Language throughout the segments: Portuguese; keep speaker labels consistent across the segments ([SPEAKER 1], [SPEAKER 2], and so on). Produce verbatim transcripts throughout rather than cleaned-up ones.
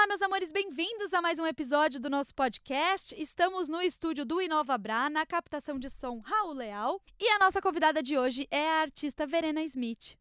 [SPEAKER 1] Olá, meus amores, bem-vindos a mais um episódio do nosso podcast. Estamos no estúdio do InovaBrá, na captação de som Raul Leal. E a nossa convidada de hoje é a artista Verena Smith.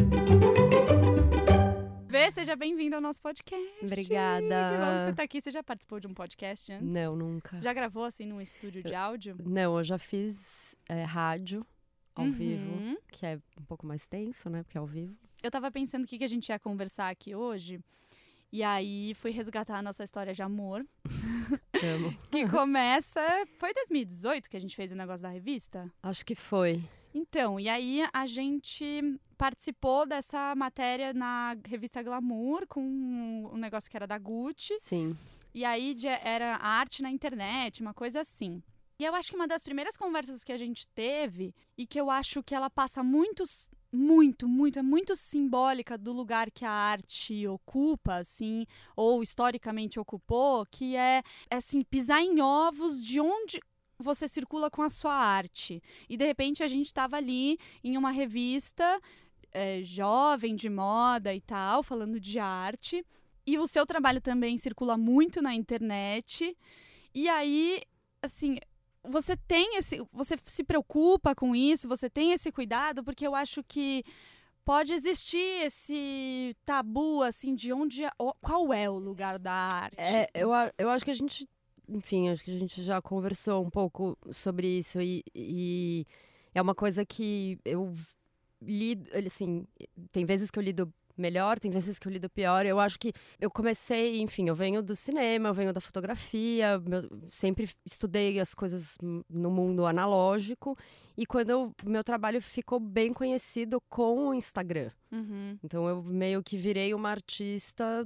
[SPEAKER 1] Vê, seja bem-vinda ao nosso podcast.
[SPEAKER 2] Obrigada.
[SPEAKER 1] Que bom que você tá aqui. Você já participou de um podcast antes?
[SPEAKER 2] Não, nunca.
[SPEAKER 1] Já gravou, assim, num estúdio de áudio?
[SPEAKER 2] Não, eu já fiz é, rádio ao
[SPEAKER 1] Uhum.
[SPEAKER 2] vivo, que é um pouco mais tenso, né? Porque é ao vivo.
[SPEAKER 1] Eu tava pensando o que que a gente ia conversar aqui hoje. E aí, fui resgatar a nossa história de amor.
[SPEAKER 2] Amo.
[SPEAKER 1] Que começa... Foi dois mil e dezoito que a gente fez o negócio da revista?
[SPEAKER 2] Acho que foi.
[SPEAKER 1] Então, e aí a gente participou dessa matéria na revista Glamour, com um negócio que era da Gucci.
[SPEAKER 2] Sim.
[SPEAKER 1] E aí de- era arte na internet, uma coisa assim. E eu acho que uma das primeiras conversas que a gente teve, e que eu acho que ela passa muito, muito, muito, é muito simbólica do lugar que a arte ocupa, assim, ou historicamente ocupou, que é, é assim, pisar em ovos de onde você circula com a sua arte. E, de repente, a gente estava ali em uma revista é, jovem, de moda e tal, falando de arte. E o seu trabalho também circula muito na internet. E aí, assim, você tem esse... Você se preocupa com isso, você tem esse cuidado, porque eu acho que pode existir esse tabu, assim, de onde... é- qual é o lugar da arte?
[SPEAKER 2] É, eu, a- eu acho que a gente... Enfim, acho que a gente já conversou um pouco sobre isso. E, e é uma coisa que eu lido... Assim, tem vezes que eu lido melhor, tem vezes que eu lido pior. Eu acho que eu comecei, enfim, eu venho do cinema, eu venho da fotografia, meu- sempre estudei as coisas no mundo analógico. E quando eu- meu trabalho ficou bem conhecido com o Instagram.
[SPEAKER 1] Uhum.
[SPEAKER 2] Então eu meio que virei uma artista,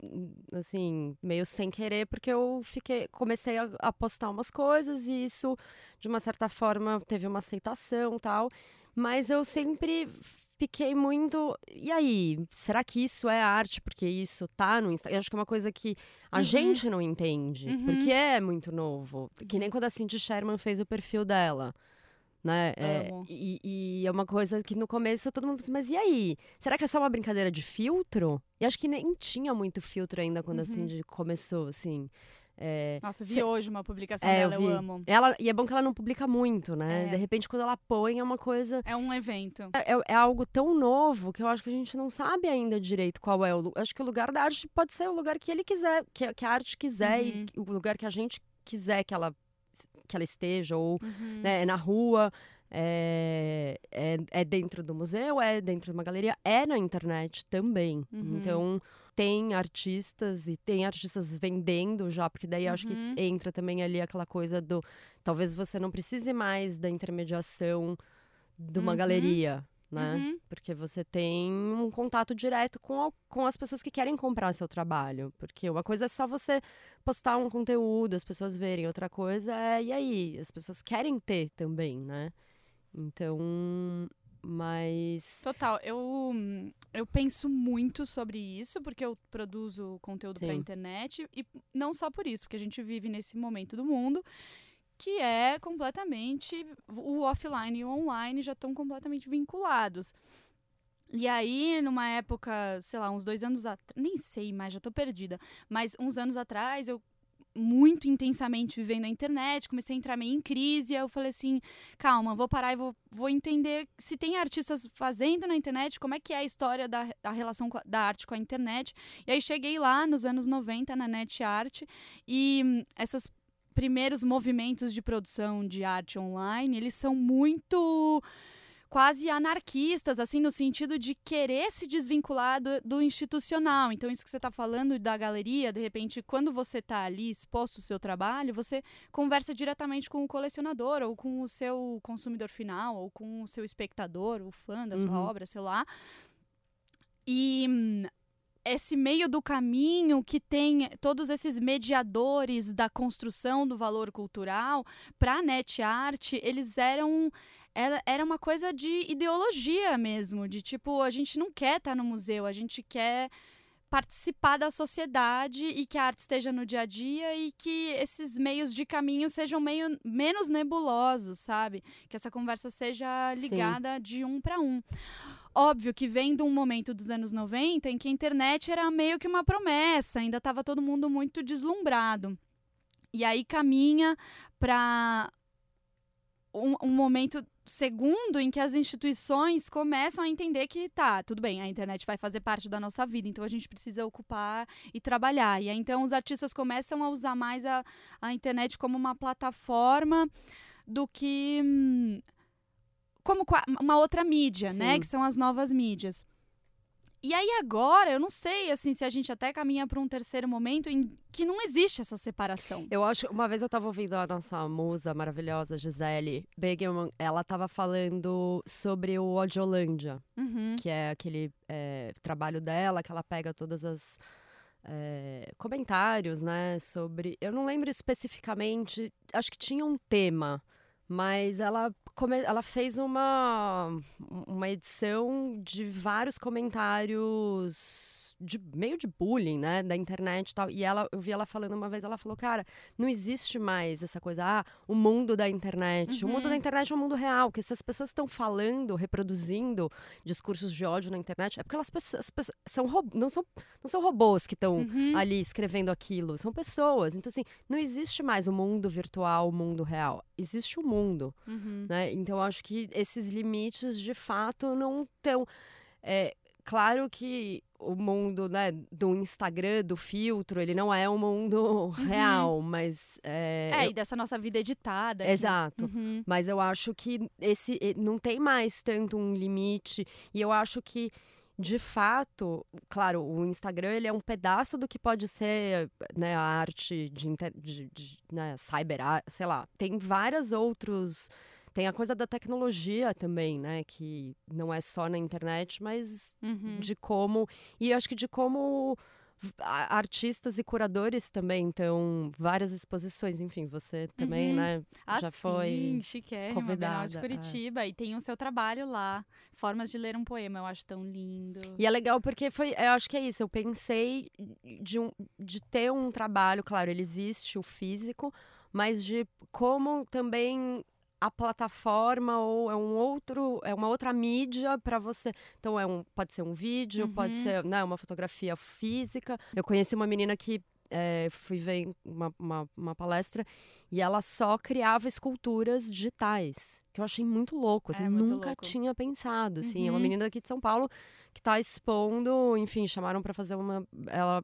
[SPEAKER 2] assim, meio sem querer, porque eu fiquei, comecei a, a postar umas coisas e isso, de uma certa forma, teve uma aceitação e tal. Mas eu sempre fiquei muito... E aí, será que isso é arte? Porque isso tá no Instagram? Eu acho que é uma coisa que a
[SPEAKER 1] Uhum.
[SPEAKER 2] gente não entende,
[SPEAKER 1] Uhum.
[SPEAKER 2] porque é muito novo. Que nem quando a Cindy Sherman fez o perfil dela. Né? É,
[SPEAKER 1] Amo.
[SPEAKER 2] e, e é uma coisa que no começo todo mundo pensa, mas e aí? Será que é só uma brincadeira de filtro? E acho que nem tinha muito filtro ainda quando
[SPEAKER 1] Uhum.
[SPEAKER 2] a Cindy começou, assim. É,
[SPEAKER 1] Nossa, eu vi
[SPEAKER 2] Cê-
[SPEAKER 1] hoje uma publicação
[SPEAKER 2] é,
[SPEAKER 1] dela,
[SPEAKER 2] eu
[SPEAKER 1] eu,
[SPEAKER 2] vi.
[SPEAKER 1] amo.
[SPEAKER 2] Ela, e é bom que ela não publica muito, né?
[SPEAKER 1] É.
[SPEAKER 2] De repente, quando ela põe, é uma coisa...
[SPEAKER 1] É um evento.
[SPEAKER 2] É, é algo tão novo que eu acho que a gente não sabe ainda direito qual é o lugar. Acho que o lugar da arte pode ser o lugar que ele quiser, que, que a arte quiser,
[SPEAKER 1] Uhum.
[SPEAKER 2] e o lugar que a gente quiser que ela, que ela esteja, ou
[SPEAKER 1] Uhum.
[SPEAKER 2] né, é na rua, é, é, é dentro do museu, é dentro de uma galeria, é na internet também.
[SPEAKER 1] Uhum.
[SPEAKER 2] Então, tem artistas e tem artistas vendendo já, porque daí eu acho que
[SPEAKER 1] Uhum.
[SPEAKER 2] entra também ali aquela coisa do... Talvez você não precise mais da intermediação de uma
[SPEAKER 1] Uhum.
[SPEAKER 2] galeria, né?
[SPEAKER 1] Uhum.
[SPEAKER 2] Porque você tem um contato direto com, a- com as pessoas que querem comprar seu trabalho. Porque uma coisa é só você postar um conteúdo, as pessoas verem. Outra coisa é, e aí? As pessoas querem ter também, né? Então, mas...
[SPEAKER 1] Total, eu, eu penso muito sobre isso, porque eu produzo conteúdo pra
[SPEAKER 2] Sim.
[SPEAKER 1] internet, e não só por isso, porque a gente vive nesse momento do mundo que é completamente... O offline e o online já estão completamente vinculados. E aí, numa época, sei lá, uns dois anos atrás, nem sei mais, já tô perdida, mas uns anos atrás, eu muito intensamente vivendo a internet, comecei a entrar meio em crise, aí eu falei assim, calma, vou parar e vou, vou entender se tem artistas fazendo na internet, como é que é a história da, da relação com a- da arte com a internet. E aí cheguei lá nos anos noventa na NetArt, e hum, esses primeiros movimentos de produção de arte online, eles são muito quase anarquistas, assim, no sentido de querer se desvincular do, do institucional. Então, isso que você está falando da galeria, de repente, quando você está ali exposto o seu trabalho, você conversa diretamente com o colecionador, ou com o seu consumidor final, ou com o seu espectador, o fã da sua
[SPEAKER 2] Uhum.
[SPEAKER 1] obra, sei lá. E hum, esse meio do caminho que tem todos esses mediadores da construção do valor cultural, para a NetArt, eles eram... Era, era uma coisa de ideologia mesmo, de tipo, a gente não quer estar no museu, a gente quer participar da sociedade e que a arte esteja no dia a dia e que esses meios de caminho sejam meio, menos nebulosos, sabe? Que essa conversa seja ligada Sim. de um para um. Óbvio que vem de um momento dos anos noventa em que a internet era meio que uma promessa, ainda estava todo mundo muito deslumbrado. E aí caminha para um, um momento segundo em que as instituições começam a entender que tá, tudo bem, a internet vai fazer parte da nossa vida, então a gente precisa ocupar e trabalhar. E aí então os artistas começam a usar mais a, a internet como uma plataforma do que hum, como uma outra mídia, Sim. né? Que são as novas mídias. E aí agora, eu não sei assim, se a gente até caminha para um terceiro momento em que não existe essa separação.
[SPEAKER 2] Eu acho, uma vez eu estava ouvindo a nossa musa maravilhosa, Gisele Begelman, ela estava falando sobre o Audiolândia,
[SPEAKER 1] uhum.
[SPEAKER 2] que é aquele é, trabalho dela, que ela pega todas as é, comentários, né, sobre... Eu não lembro especificamente, acho que tinha um tema, mas ela, come, ela fez uma, uma edição de vários comentários de, meio de bullying, né, da internet e tal. E ela, eu vi ela falando uma vez, ela falou, cara, não existe mais essa coisa, ah, o mundo da internet.
[SPEAKER 1] Uhum.
[SPEAKER 2] O mundo da internet é um mundo real, que se as pessoas estão falando, reproduzindo discursos de ódio na internet, é porque elas pessoas, as pessoas são, não, são, não são robôs que estão
[SPEAKER 1] uhum.
[SPEAKER 2] ali escrevendo aquilo, são pessoas. Então, assim, não existe mais o mundo virtual, o mundo real. Existe o mundo,
[SPEAKER 1] uhum.
[SPEAKER 2] né? Então, eu acho que esses limites, de fato, não estão... É, claro que o mundo, né, do Instagram, do filtro, ele não é um mundo
[SPEAKER 1] uhum.
[SPEAKER 2] real, mas... É,
[SPEAKER 1] é
[SPEAKER 2] eu...
[SPEAKER 1] e dessa nossa vida editada.
[SPEAKER 2] Exato.
[SPEAKER 1] Uhum.
[SPEAKER 2] Mas eu acho que esse não tem mais tanto um limite. E eu acho que, de fato, claro, o Instagram, ele é um pedaço do que pode ser, né, a arte de, de, de né, cyber, sei lá. Tem vários outros... Tem a coisa da tecnologia também, né? Que não é só na internet, mas
[SPEAKER 1] uhum.
[SPEAKER 2] de como... E eu acho que de como artistas e curadores também estão... Várias exposições, enfim, você também,
[SPEAKER 1] uhum.
[SPEAKER 2] né?
[SPEAKER 1] Ah,
[SPEAKER 2] já
[SPEAKER 1] sim,
[SPEAKER 2] foi
[SPEAKER 1] chiquérrima,
[SPEAKER 2] convidada.
[SPEAKER 1] Bienal de Curitiba. É. E tem o seu trabalho lá. Formas de ler um poema, eu acho tão lindo.
[SPEAKER 2] E é legal porque foi... Eu acho que é isso. Eu pensei de, um, de ter um trabalho... Claro, ele existe, o físico. Mas de como também... a plataforma ou é um outro é uma outra mídia para você. Então é um pode ser um vídeo,
[SPEAKER 1] uhum.
[SPEAKER 2] pode ser, né, uma fotografia física. Eu conheci uma menina que é, fui ver uma, uma, uma palestra e ela só criava esculturas digitais, que eu achei muito louco, assim,
[SPEAKER 1] é, muito
[SPEAKER 2] nunca
[SPEAKER 1] louco.
[SPEAKER 2] tinha pensado, assim,
[SPEAKER 1] uhum.
[SPEAKER 2] é uma menina daqui de São Paulo que está expondo, enfim, chamaram para fazer uma ela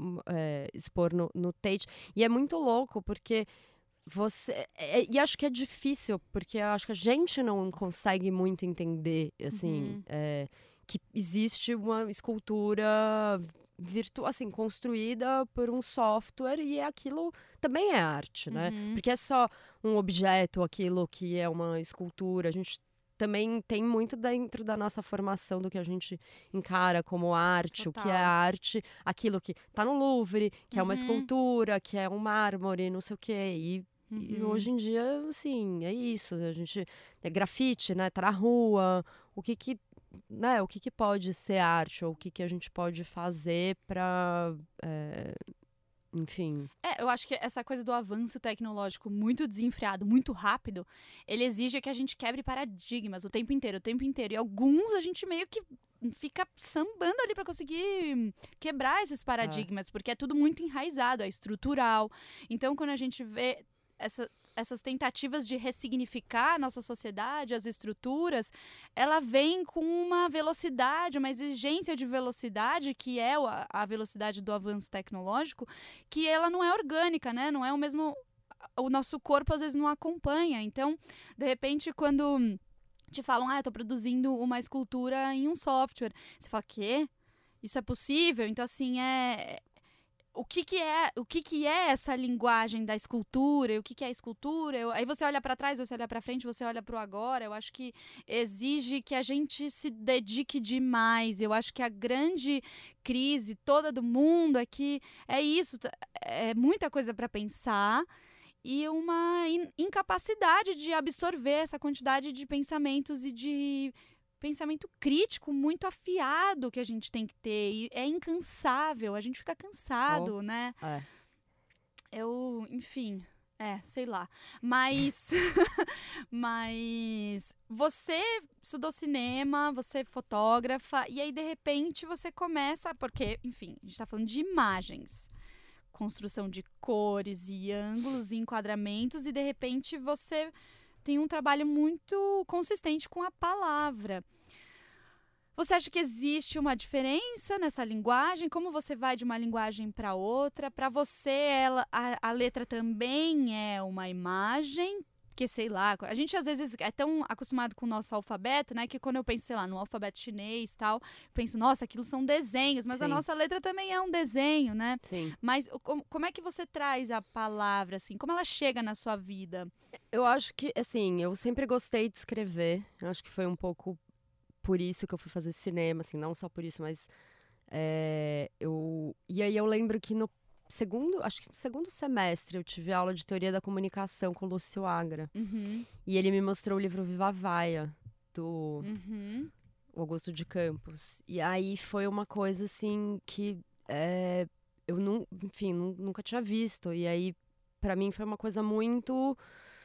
[SPEAKER 2] é, expor no, no Tate, e é muito louco porque você, é, e acho que é difícil, porque eu acho que a gente não consegue muito entender, assim,
[SPEAKER 1] uhum.
[SPEAKER 2] é, que existe uma escultura virtual, assim, construída por um software, e aquilo também é arte, né?
[SPEAKER 1] Uhum.
[SPEAKER 2] Porque é só um objeto, aquilo que é uma escultura. A gente também tem muito dentro da nossa formação do que a gente encara como arte,
[SPEAKER 1] Total.
[SPEAKER 2] o que é arte, aquilo que tá no Louvre, que
[SPEAKER 1] uhum.
[SPEAKER 2] é uma escultura, que é um mármore, não sei o quê, e
[SPEAKER 1] Uhum.
[SPEAKER 2] E hoje em dia, assim, é isso. A gente... É grafite, né? Tá na rua. O que que... Né? O que que pode ser arte? Ou o que que a gente pode fazer pra... É, enfim...
[SPEAKER 1] É, eu acho que essa coisa do avanço tecnológico muito desenfreado, muito rápido, ele exige que a gente quebre paradigmas o tempo inteiro, o tempo inteiro. E alguns a gente meio que fica sambando ali para conseguir quebrar esses paradigmas, é. porque é tudo muito enraizado, é estrutural. Então, quando a gente vê... Essa, essas tentativas de ressignificar a nossa sociedade, as estruturas, ela vem com uma velocidade, uma exigência de velocidade, que é a, a velocidade do avanço tecnológico, que ela não é orgânica, né? Não é o mesmo... O nosso corpo, às vezes, não acompanha. Então, de repente, quando te falam, ah, eu tô produzindo uma escultura em um software, você fala, quê? Isso é possível? Então, assim, é... O que que é, o que que é essa linguagem da escultura? O que que é a escultura? Eu, aí você olha para trás, você olha para frente, você olha para o agora. Eu acho que exige que a gente se dedique demais. Eu acho que a grande crise toda do mundo é que é isso, é muita coisa para pensar e uma in- incapacidade de absorver essa quantidade de pensamentos e de pensamento crítico muito afiado que a gente tem que ter. E é incansável, a gente fica cansado,
[SPEAKER 2] Oh,
[SPEAKER 1] né?
[SPEAKER 2] É.
[SPEAKER 1] Eu, enfim, é, sei lá. Mas, mas você estudou cinema, você é fotógrafa, e aí, de repente, você começa... Porque, enfim, a gente tá falando de imagens. Construção de cores e ângulos e enquadramentos, e, de repente, você tem um trabalho muito consistente com a palavra. Você acha que existe uma diferença nessa linguagem? Como você vai de uma linguagem para outra? Para você, ela, a, a letra também é uma imagem? Porque, sei lá, a gente às vezes é tão acostumado com o nosso alfabeto, né? Que quando eu penso, sei lá, no alfabeto chinês e tal, eu penso, nossa, aquilo são desenhos. Mas
[SPEAKER 2] Sim.
[SPEAKER 1] a nossa letra também é um desenho, né?
[SPEAKER 2] Sim.
[SPEAKER 1] Mas como, como é que você traz a palavra, assim? Como ela chega na sua vida?
[SPEAKER 2] Eu acho que, assim, eu sempre gostei de escrever. Eu acho que foi um pouco por isso que eu fui fazer cinema, assim, não só por isso, mas é, eu... E aí eu lembro que no segundo, acho que no segundo semestre eu tive aula de teoria da comunicação com o Lúcio Agra.
[SPEAKER 1] Uhum.
[SPEAKER 2] E ele me mostrou o livro Viva Vaia, do
[SPEAKER 1] Uhum.
[SPEAKER 2] Augusto de Campos. E aí foi uma coisa, assim, que é, eu, não, enfim, nu- nunca tinha visto. E aí, pra mim, foi uma coisa muito...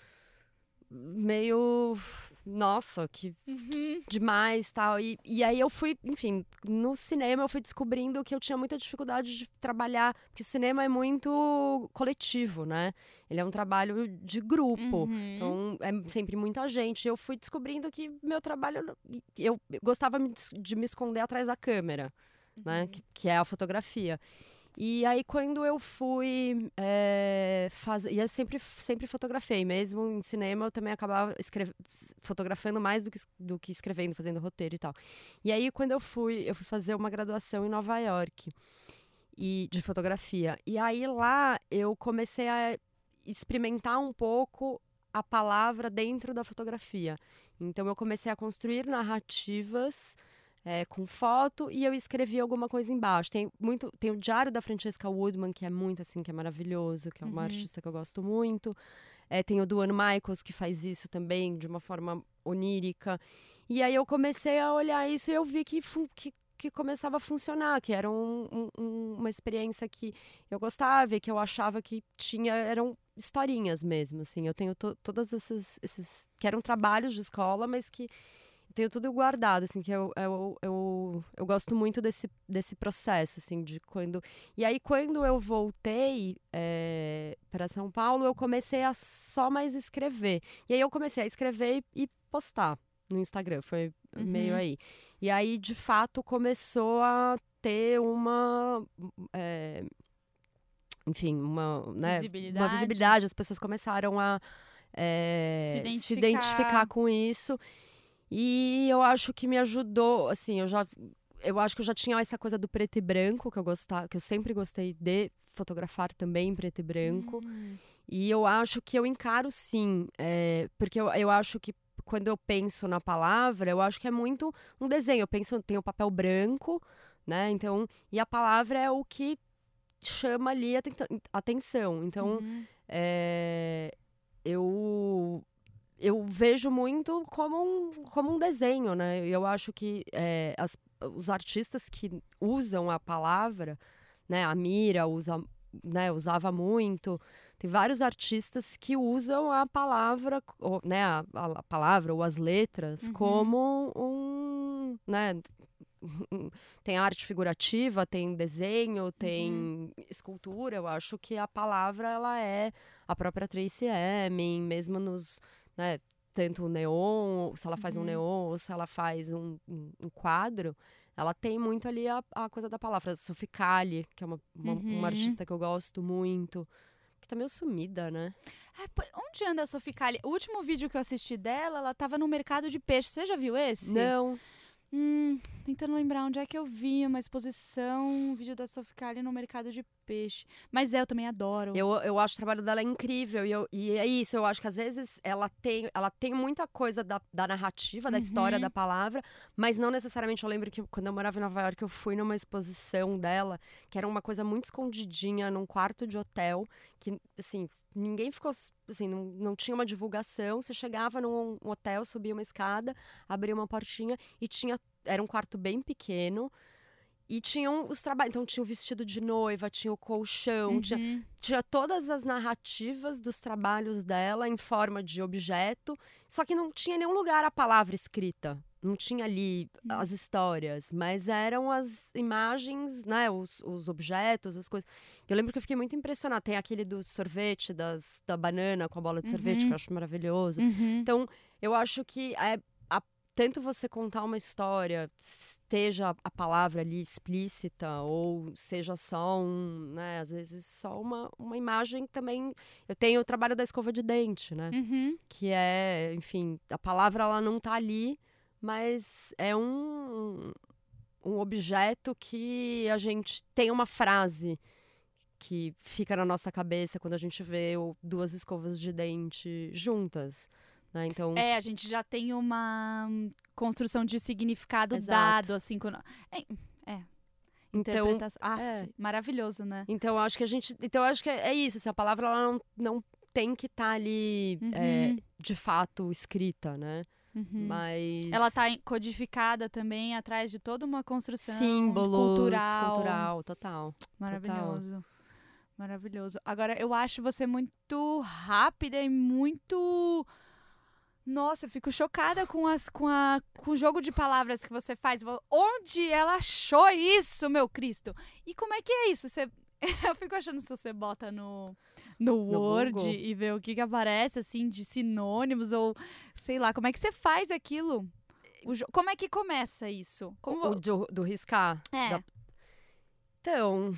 [SPEAKER 2] meio... Nossa, que
[SPEAKER 1] Uhum.
[SPEAKER 2] demais, tal. E, e aí eu fui, enfim, no cinema eu fui descobrindo que eu tinha muita dificuldade de trabalhar, porque o cinema é muito coletivo, né? Ele é um trabalho de grupo,
[SPEAKER 1] Uhum.
[SPEAKER 2] então é sempre muita gente. Eu fui descobrindo que meu trabalho, eu gostava de me esconder atrás da câmera, né? Que, que é a fotografia. E aí, quando eu fui é, fazer... E eu sempre, sempre fotografei. Mesmo em cinema, eu também acabava escreve... fotografando mais do que, do que escrevendo, fazendo roteiro e tal. E aí, quando eu fui... Eu fui fazer uma graduação em Nova York, e, de fotografia. E aí, lá, eu comecei a experimentar um pouco a palavra dentro da fotografia. Então, eu comecei a construir narrativas... É, com foto, e eu escrevi alguma coisa embaixo. Tem, muito, tem o Diário da Francesca Woodman, que é muito assim, que é maravilhoso, que é uma
[SPEAKER 1] Uhum.
[SPEAKER 2] artista que eu gosto muito. É, tem o Duane Michaels, que faz isso também, de uma forma onírica. E aí eu comecei a olhar isso e eu vi que, que, que começava a funcionar, que era um, um, uma experiência que eu gostava e que eu achava que tinha... Eram historinhas mesmo, assim. Eu tenho to, todas esses, esses... que eram trabalhos de escola, mas que tenho tudo guardado, assim, que eu, eu, eu, eu gosto muito desse, desse processo, assim, de quando... E aí, quando eu voltei é, para São Paulo, eu comecei a só mais escrever. E aí, eu comecei a escrever e, e postar no Instagram, foi
[SPEAKER 1] Uhum.
[SPEAKER 2] meio aí. E aí, de fato, começou a ter uma... É, enfim, uma, né,
[SPEAKER 1] Visibilidade.
[SPEAKER 2] uma visibilidade. As pessoas começaram a é,
[SPEAKER 1] Se identificar.
[SPEAKER 2] se identificar com isso. E eu acho que me ajudou, assim, eu já eu acho que eu já tinha essa coisa do preto e branco que eu gostava, que eu sempre gostei de fotografar também em preto e branco.
[SPEAKER 1] Hum.
[SPEAKER 2] E eu acho que eu encaro sim, é, porque eu, eu acho que quando eu penso na palavra, eu acho que é muito um desenho. Eu penso, tem o papel branco, né? Então, e a palavra é o que chama ali a atenção. Então,
[SPEAKER 1] Uhum.
[SPEAKER 2] é, eu eu vejo muito como um, como um desenho, né? Eu acho que é, as, os artistas que usam a palavra, né? A Mira usa, né, usava muito. Tem vários artistas que usam a palavra, ou, né? A, a palavra ou as letras
[SPEAKER 1] Uhum.
[SPEAKER 2] como um, né? Tem arte figurativa, tem desenho, tem
[SPEAKER 1] Uhum.
[SPEAKER 2] escultura. Eu acho que a palavra, ela é a própria Tracey Emin, mesmo nos... Né, tanto o neon, se ela faz
[SPEAKER 1] Uhum.
[SPEAKER 2] um neon ou se ela faz um, um, um quadro, ela tem muito ali a, a coisa da palavra. Sophie Calle, que é uma, uma,
[SPEAKER 1] Uhum.
[SPEAKER 2] uma artista que eu gosto muito, que tá meio sumida, né?
[SPEAKER 1] É, pô, onde anda a Sophie Calle? O último vídeo que eu assisti dela, ela tava no mercado de peixe. Você já viu esse?
[SPEAKER 2] Não.
[SPEAKER 1] Hum, tentando lembrar onde é que eu vi uma exposição, um vídeo da Sophie Calle no mercado de peixe. Mas é, eu também adoro.
[SPEAKER 2] Eu, eu acho o trabalho dela incrível. E, eu, e é isso, eu acho que às vezes ela tem, ela tem muita coisa da, da narrativa, da
[SPEAKER 1] Uhum.
[SPEAKER 2] história, da palavra, mas não necessariamente. Eu lembro que quando eu morava em Nova York, eu fui numa exposição dela, que era uma coisa muito escondidinha, num quarto de hotel, que, assim, ninguém ficou, assim, não, não tinha uma divulgação. Você chegava num hotel, subia uma escada, abria uma portinha e tinha, era um quarto bem pequeno, e tinham os trabalhos. Então tinha o vestido de noiva, tinha o colchão,
[SPEAKER 1] Uhum.
[SPEAKER 2] tinha, tinha todas as narrativas dos trabalhos dela em forma de objeto, só que não tinha nenhum lugar a palavra escrita. Não tinha ali
[SPEAKER 1] Hum.
[SPEAKER 2] as histórias, mas eram as imagens, né, os, os objetos, as coisas. Eu lembro que eu fiquei muito impressionada. Tem aquele do sorvete, das, da banana com a bola de
[SPEAKER 1] Uhum.
[SPEAKER 2] sorvete, que eu acho maravilhoso.
[SPEAKER 1] Uhum.
[SPEAKER 2] Então, eu acho que é, a, tanto você contar uma história, esteja a palavra ali explícita, ou seja só um, né, às vezes só uma, uma imagem também. Eu tenho o trabalho da escova de dente, né,
[SPEAKER 1] Uhum.
[SPEAKER 2] que é, enfim, a palavra ela não tá ali, mas é um, um objeto que a gente tem uma frase que fica na nossa cabeça quando a gente vê o, duas escovas de dente juntas, né? Então,
[SPEAKER 1] É, a gente já tem uma hum, construção de significado
[SPEAKER 2] Exato.
[SPEAKER 1] dado, assim. Quando... É, é.
[SPEAKER 2] Então,
[SPEAKER 1] Interpretação. Ah,
[SPEAKER 2] é.
[SPEAKER 1] maravilhoso, né?
[SPEAKER 2] então acho que a gente, então acho que é, é isso. Assim, a palavra ela não, não tem que estar ali
[SPEAKER 1] Uhum.
[SPEAKER 2] é, de fato escrita, né?
[SPEAKER 1] Uhum.
[SPEAKER 2] Mas
[SPEAKER 1] Ela tá em- codificada também atrás de toda uma construção
[SPEAKER 2] símbolos,
[SPEAKER 1] cultural.
[SPEAKER 2] cultural, total.
[SPEAKER 1] Maravilhoso. Maravilhoso. Agora, eu acho você muito rápida e muito... Nossa, eu fico chocada com, as, com, a, com o jogo de palavras que você faz. Onde ela achou isso, meu Cristo? E como é que é isso? Você... Eu fico achando se você bota no, no Word
[SPEAKER 2] Google.
[SPEAKER 1] e vê o que, que aparece, assim, de sinônimos ou sei lá. Como é que você faz aquilo? O jo- Como é que começa isso? Como...
[SPEAKER 2] O do, do riscar.
[SPEAKER 1] É.
[SPEAKER 2] da- Então,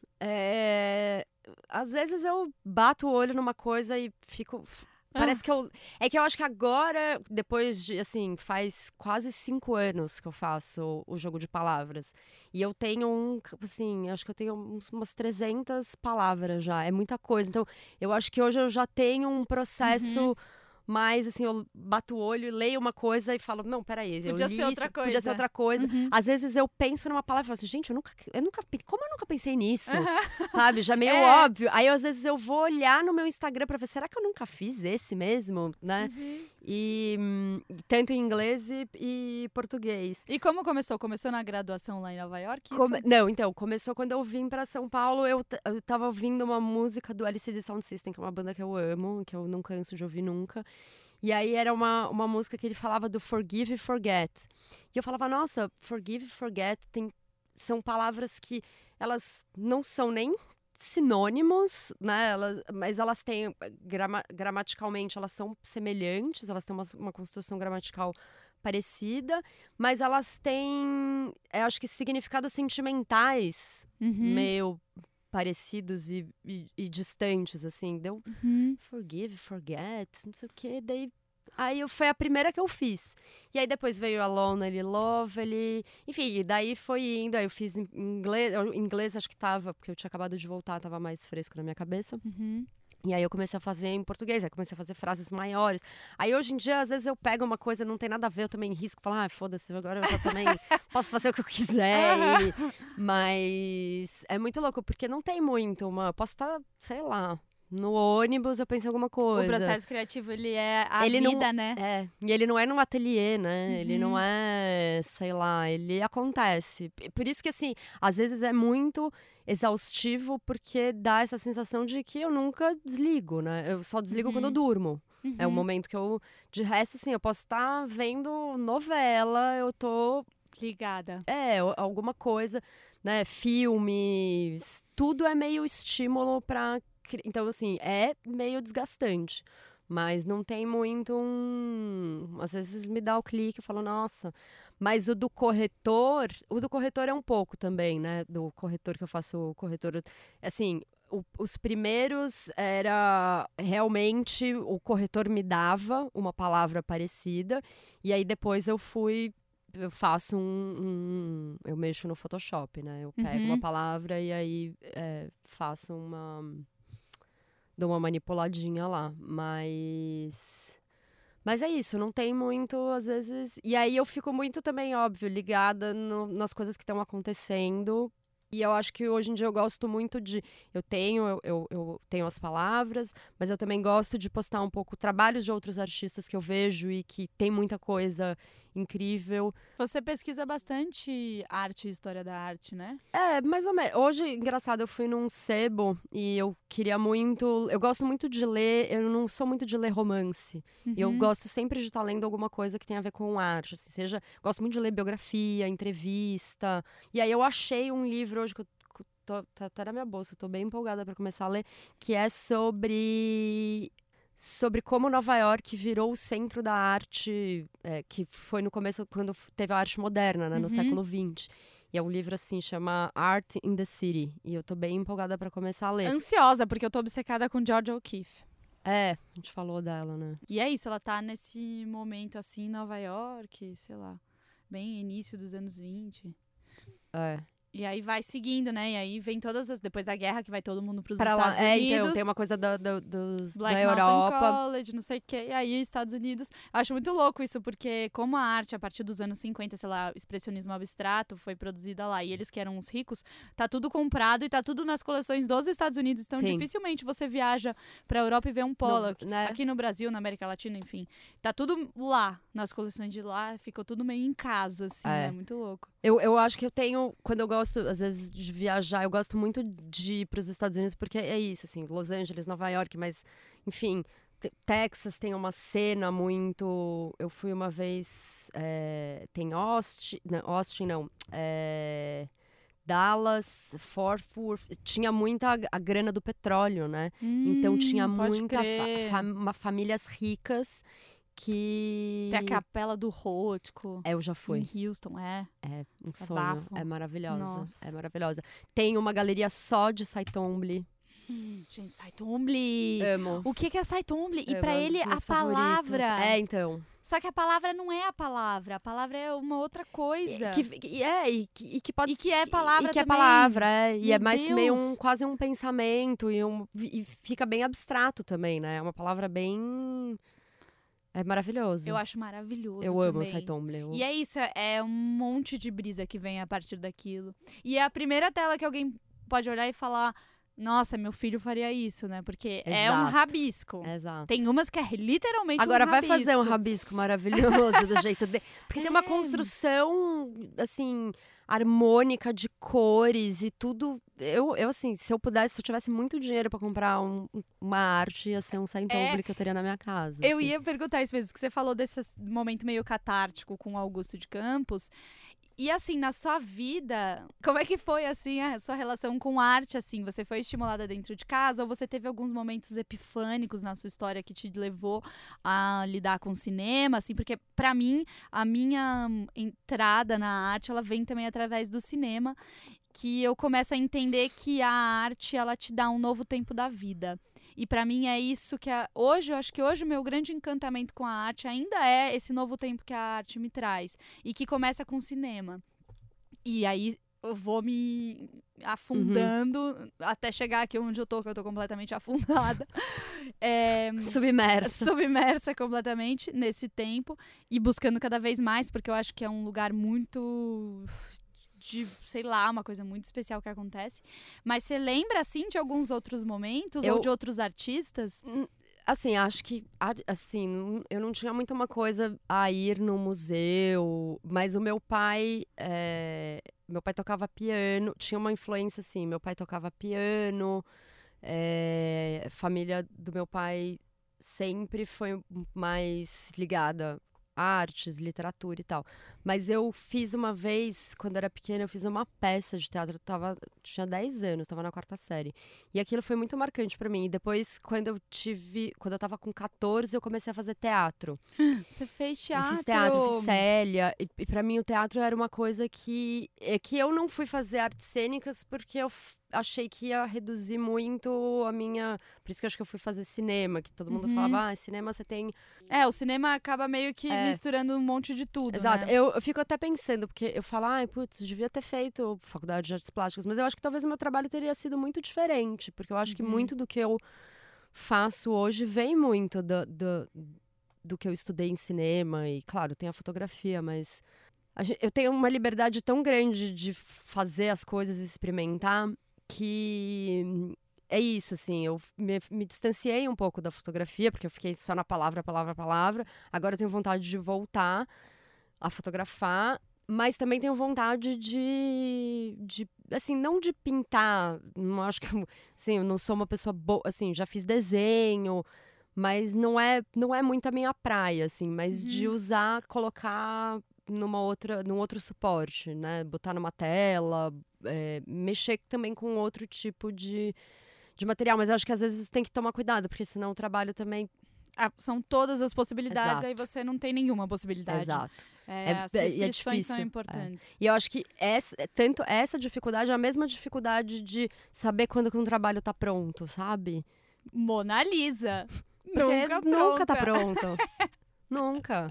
[SPEAKER 2] é, às vezes eu bato o olho numa coisa e fico. Parece que eu. É que eu acho que agora, depois de, assim, faz quase cinco anos que eu faço o jogo de palavras. E eu tenho um, assim, acho que eu tenho uns- umas trezentas palavras já. É muita coisa. Então, eu acho que hoje eu já tenho um processo.
[SPEAKER 1] Uhum.
[SPEAKER 2] Mas, assim, eu bato o olho, leio uma coisa e falo, não, peraí, eu
[SPEAKER 1] Podia
[SPEAKER 2] li
[SPEAKER 1] ser outra
[SPEAKER 2] isso, podia ser
[SPEAKER 1] coisa.
[SPEAKER 2] outra coisa.
[SPEAKER 1] Uhum.
[SPEAKER 2] Às vezes eu penso numa palavra e falo assim, gente, eu nunca, eu nunca, como eu nunca pensei nisso?
[SPEAKER 1] Aham.
[SPEAKER 2] Sabe? Já meio
[SPEAKER 1] É.
[SPEAKER 2] óbvio. Aí, às vezes, eu vou olhar no meu Instagram pra ver, será que eu nunca fiz esse mesmo, né?
[SPEAKER 1] Uhum.
[SPEAKER 2] E hum, tanto em inglês e, e português.
[SPEAKER 1] E como começou? Começou na graduação lá em Nova York? Isso?
[SPEAKER 2] Come- Não, então, começou quando eu vim pra São Paulo, eu, t- eu tava ouvindo uma música do L C D Sound System, que é uma banda que eu amo, que eu não canso de ouvir nunca. E aí era uma, uma música que ele falava do forgive e forget. E eu falava, nossa, forgive e forget tem, são palavras que elas não são nem sinônimos, né? Elas, mas elas têm, grama, gramaticalmente, elas são semelhantes, elas têm uma, uma construção gramatical parecida, mas elas têm, eu acho que significados sentimentais
[SPEAKER 1] Uhum.
[SPEAKER 2] meio parecidos e, e, e distantes, assim. Deu
[SPEAKER 1] Uhum.
[SPEAKER 2] forgive, forget, não sei o que, daí... Aí eu- foi a primeira que eu fiz. E aí depois veio a Lonely Lovely, enfim, daí foi indo, aí eu fiz em inglês, eu- em inglês acho que tava, porque eu tinha acabado de voltar, tava mais fresco na minha cabeça.
[SPEAKER 1] Uhum.
[SPEAKER 2] E aí eu comecei a fazer em português, aí comecei a fazer frases maiores. Aí hoje em dia, às vezes eu pego uma coisa, não tem nada a ver, eu também risco, falo, ah, foda-se, agora eu já também posso fazer o que eu quiser. E- Mas é muito louco, porque não tem muito uma... Posso estar, sei lá, no ônibus, eu penso em alguma coisa.
[SPEAKER 1] O processo criativo, ele é a
[SPEAKER 2] Ele não-
[SPEAKER 1] vida, né?
[SPEAKER 2] É, e ele não é num ateliê, né? Ele não
[SPEAKER 1] Uhum.
[SPEAKER 2] é, sei lá, ele acontece. P- Por isso que, assim, às vezes é muito exaustivo, porque dá essa sensação de que eu nunca desligo, né? Eu só desligo quando eu
[SPEAKER 1] Uhum.
[SPEAKER 2] durmo. É o
[SPEAKER 1] Uhum.
[SPEAKER 2] momento que eu... De resto, assim, eu posso estar vendo novela, eu tô...
[SPEAKER 1] Ligada.
[SPEAKER 2] É, o- alguma coisa, né? Filmes, tudo é meio estímulo pra... cri- Então, assim, é meio desgastante. Mas não tem muito um... Às vezes me dá o clique, eu falo, nossa... Mas o do corretor... O do corretor é um pouco também, né? Do corretor que eu faço, o corretor... Assim, o- os primeiros era... Realmente, o corretor me dava uma palavra parecida. E aí, depois eu fui eu faço um, um... Eu mexo no Photoshop, né? Eu pego
[SPEAKER 1] Uhum.
[SPEAKER 2] uma palavra e aí é, faço uma... Dou uma manipuladinha lá. Mas... Mas é isso, não tem muito, às vezes... E aí eu fico muito também, óbvio, ligada no, nas coisas que estão acontecendo. E eu acho que hoje em dia eu gosto muito de... Eu tenho, eu, eu, eu tenho as palavras, mas eu também gosto de postar um pouco trabalhos de outros artistas que eu vejo e que tem muita coisa incrível.
[SPEAKER 1] Você pesquisa bastante arte e história da arte, né?
[SPEAKER 2] É, mais ou menos. Hoje, engraçado, eu fui num sebo e eu queria muito... Eu gosto muito de ler, eu não sou muito de ler romance.
[SPEAKER 1] Uhum.
[SPEAKER 2] Eu gosto sempre de estar lendo alguma coisa que tem a ver com arte, assim, seja... Gosto muito de ler biografia, entrevista. E aí eu achei um livro hoje que eu tô, tá até na minha bolsa, eu tô bem empolgada para começar a ler, que é sobre... sobre como Nova York virou o centro da arte, é, que foi no começo, quando teve a arte moderna, né, no
[SPEAKER 1] Uhum.
[SPEAKER 2] século vinte. E é um livro, assim, chama Art in the City. E eu tô bem empolgada pra começar a ler.
[SPEAKER 1] Ansiosa, porque eu tô obcecada com Georgia O'Keeffe.
[SPEAKER 2] É, a gente falou dela, né?
[SPEAKER 1] E é isso, ela tá nesse momento, assim, em Nova York, sei lá, bem início dos anos vinte.
[SPEAKER 2] É.
[SPEAKER 1] E aí vai seguindo, né? E aí vem todas as... Depois da guerra, que vai todo mundo pros
[SPEAKER 2] Pra lá,
[SPEAKER 1] Estados
[SPEAKER 2] é,
[SPEAKER 1] Unidos.
[SPEAKER 2] então, tem uma coisa da, da, dos,
[SPEAKER 1] Black
[SPEAKER 2] da
[SPEAKER 1] Mountain
[SPEAKER 2] Europa.
[SPEAKER 1] College, não sei o quê. E aí, Estados Unidos. Eu acho muito louco isso, porque como a arte, a partir dos anos cinquenta, sei lá, expressionismo abstrato, foi produzida lá, e eles que eram os ricos, tá tudo comprado e tá tudo nas coleções dos Estados Unidos. Então,
[SPEAKER 2] Sim.
[SPEAKER 1] dificilmente você viaja pra Europa e vê um Pollock.
[SPEAKER 2] No, né?
[SPEAKER 1] Aqui no Brasil, na América Latina, enfim. Tá tudo lá, nas coleções de lá. Ficou tudo meio em casa, assim,
[SPEAKER 2] É.
[SPEAKER 1] né? Muito louco.
[SPEAKER 2] Eu, eu acho que eu tenho, quando eu gosto, às vezes, de viajar, eu gosto muito de ir para os Estados Unidos, porque é isso, assim, Los Angeles, Nova York, mas, enfim, te- Texas tem uma cena muito... Eu fui uma vez, é, tem Austin, não, Austin não, é, Dallas, Fort Worth, tinha muita a, a grana do petróleo, né? Então tinha
[SPEAKER 1] Hum, pode
[SPEAKER 2] muita fa-
[SPEAKER 1] crer.
[SPEAKER 2] fa- uma- famílias ricas que...
[SPEAKER 1] Tem a Capela do Rótico.
[SPEAKER 2] É, eu já fui.
[SPEAKER 1] Em Houston, é.
[SPEAKER 2] É um sonho,
[SPEAKER 1] bafo.
[SPEAKER 2] é maravilhosa,
[SPEAKER 1] Nossa.
[SPEAKER 2] é maravilhosa. Tem uma galeria só de Saitomble,
[SPEAKER 1] Hum, gente, Saitomble.
[SPEAKER 2] amo.
[SPEAKER 1] O que que é Saitomble? E
[SPEAKER 2] Amo,
[SPEAKER 1] pra
[SPEAKER 2] é um dos
[SPEAKER 1] ele, a
[SPEAKER 2] meus favoritos.
[SPEAKER 1] palavra...
[SPEAKER 2] É, então.
[SPEAKER 1] Só que a palavra não é a palavra. A palavra é uma outra coisa.
[SPEAKER 2] Que, que- é, e que, e que pode
[SPEAKER 1] E que é palavra
[SPEAKER 2] e que é
[SPEAKER 1] também.
[SPEAKER 2] palavra, é. E
[SPEAKER 1] Meu
[SPEAKER 2] é mais meio um,
[SPEAKER 1] Deus.
[SPEAKER 2] quase um pensamento e, um, e fica bem abstrato também, né? É uma palavra bem... É maravilhoso.
[SPEAKER 1] Eu acho maravilhoso
[SPEAKER 2] Eu amo o
[SPEAKER 1] também.
[SPEAKER 2] Saitomble. Eu...
[SPEAKER 1] E é isso, é- é um monte de brisa que vem a partir daquilo. E é a primeira tela que alguém pode olhar e falar, nossa, meu filho faria isso, né? Porque é um
[SPEAKER 2] Exato.
[SPEAKER 1] rabisco.
[SPEAKER 2] Exato.
[SPEAKER 1] Tem umas que é literalmente
[SPEAKER 2] Agora
[SPEAKER 1] um
[SPEAKER 2] vai
[SPEAKER 1] rabisco.
[SPEAKER 2] fazer um rabisco maravilhoso do jeito dele. Porque tem uma
[SPEAKER 1] É.
[SPEAKER 2] construção, assim, harmônica de cores e tudo. Eu, eu assim, se eu pudesse, se eu tivesse muito dinheiro pra comprar um- uma arte, ia ser um Saitomble
[SPEAKER 1] É.
[SPEAKER 2] que eu teria na minha casa.
[SPEAKER 1] Eu
[SPEAKER 2] assim.
[SPEAKER 1] ia perguntar isso mesmo, que você falou desse momento meio catártico com o Augusto de Campos. E assim, na sua vida, como é que foi assim a sua relação com arte assim? Você foi estimulada dentro de casa ou você teve alguns momentos epifânicos na sua história que te levou a lidar com o cinema, assim? Porque pra mim, a minha hum, entrada na arte, ela vem também através do cinema, que eu começo a entender que a arte, ela te dá um novo tempo da vida. E pra mim é isso que a, hoje, eu acho que hoje o meu grande encantamento com a arte ainda é esse novo tempo que a arte me traz. E que começa com o cinema. E aí eu vou me afundando até chegar aqui onde eu tô, que eu tô completamente afundada. É,
[SPEAKER 2] Submersa.
[SPEAKER 1] submersa completamente nesse tempo. E buscando cada vez mais, porque eu acho que é um lugar muito... de, sei lá, uma coisa muito especial que acontece. Mas você lembra, assim, de alguns outros momentos?
[SPEAKER 2] Eu-
[SPEAKER 1] Ou de outros artistas?
[SPEAKER 2] Assim, acho que, a- assim, não- eu não tinha muita uma coisa a ir no museu, mas o meu pai, é, meu pai tocava piano, tinha uma influência, assim, meu pai tocava piano, é, a família do meu pai sempre foi mais ligada a artes, literatura e tal. Mas eu fiz uma vez, quando eu era pequena, eu fiz uma peça de teatro, eu tava, tinha dez anos, tava na quarta série. E aquilo foi muito marcante pra mim. E depois, quando eu tive, quando eu tava com catorze, eu comecei a fazer teatro.
[SPEAKER 1] Você fez teatro?
[SPEAKER 2] Eu fiz teatro, eu fiz Célia. E, e pra mim o teatro era uma coisa que... É que eu não fui fazer artes cênicas porque eu f- achei que ia reduzir muito a minha... Por isso que eu acho que eu fui fazer cinema, que todo mundo
[SPEAKER 1] Uhum.
[SPEAKER 2] falava, ah, cinema você tem...
[SPEAKER 1] É, o cinema acaba meio que
[SPEAKER 2] É.
[SPEAKER 1] misturando um monte de tudo,
[SPEAKER 2] Exato.
[SPEAKER 1] né?
[SPEAKER 2] Eu, eu fico até pensando, porque eu falo, ai, putz, devia ter feito faculdade de artes plásticas, mas eu acho que talvez o meu trabalho teria sido muito diferente, porque eu acho que
[SPEAKER 1] Uhum.
[SPEAKER 2] muito do que eu faço hoje vem muito do, do, do que eu estudei em cinema, e claro, tem a fotografia, mas a gen- eu tenho uma liberdade tão grande de fazer as coisas e experimentar, que é isso, assim, eu me, me distanciei um pouco da fotografia, porque eu fiquei só na palavra, palavra, palavra. Agora eu tenho vontade de voltar a fotografar, mas também tenho vontade de, de assim, não de pintar, não acho que, eu- assim, eu não sou uma pessoa boa, assim, já fiz desenho, mas não é, não é muito a minha praia, assim, mas de
[SPEAKER 1] Uhum.
[SPEAKER 2] usar, colocar numa outra, num outro suporte, né, botar numa tela, é, mexer também com outro tipo de, de material, mas eu acho que às vezes tem que tomar cuidado, porque senão o trabalho também...
[SPEAKER 1] Ah, são todas as possibilidades, aí
[SPEAKER 2] Exato.
[SPEAKER 1] você não tem nenhuma possibilidade.
[SPEAKER 2] Exato.
[SPEAKER 1] É,
[SPEAKER 2] É-
[SPEAKER 1] as
[SPEAKER 2] é- e é
[SPEAKER 1] restrições são
[SPEAKER 2] difícil, é.
[SPEAKER 1] importantes.
[SPEAKER 2] E eu acho que essa, é tanto essa dificuldade é a mesma dificuldade de saber quando que um trabalho tá pronto, sabe?
[SPEAKER 1] Mona Lisa.
[SPEAKER 2] Porque
[SPEAKER 1] Nunca
[SPEAKER 2] nunca tá
[SPEAKER 1] pronta.
[SPEAKER 2] pronto. Nunca.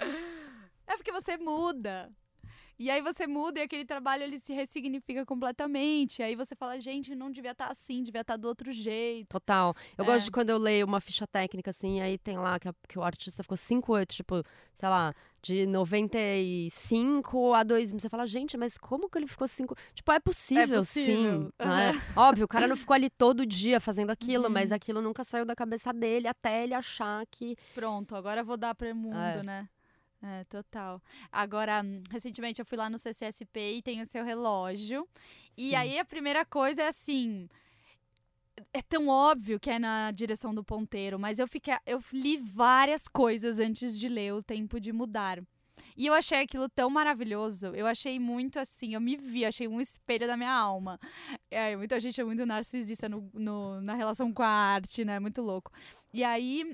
[SPEAKER 1] É porque você muda. E aí você muda e aquele trabalho ele se ressignifica completamente. Aí você fala, gente, não devia estar assim, devia estar do outro jeito.
[SPEAKER 2] Total. Eu
[SPEAKER 1] É.
[SPEAKER 2] gosto de quando eu leio uma ficha técnica, assim, aí tem lá que, a- que o artista ficou cinco anos, tipo, sei lá, de noventa e cinco a dois mil. Você fala, gente, mas como que ele ficou cinco... Tipo, é possível,
[SPEAKER 1] possível.
[SPEAKER 2] sim. Né? Óbvio, o cara não ficou ali todo dia fazendo aquilo,
[SPEAKER 1] Uhum.
[SPEAKER 2] mas aquilo nunca saiu da cabeça dele até ele achar que...
[SPEAKER 1] Pronto, agora eu vou dar para o mundo,
[SPEAKER 2] É.
[SPEAKER 1] né? É, total. Agora, hum, recentemente eu fui lá no C C S P e tem o seu relógio. E
[SPEAKER 2] Sim.
[SPEAKER 1] aí a primeira coisa é assim. É tão óbvio que é na direção do ponteiro, mas eu fiquei, eu li várias coisas antes de ler O Tempo de Mudar. E eu achei aquilo tão maravilhoso. Eu achei muito assim, eu me vi, achei um espelho da minha alma. É, muita gente é muito narcisista no, no- na relação com a arte, né? Muito louco. E aí.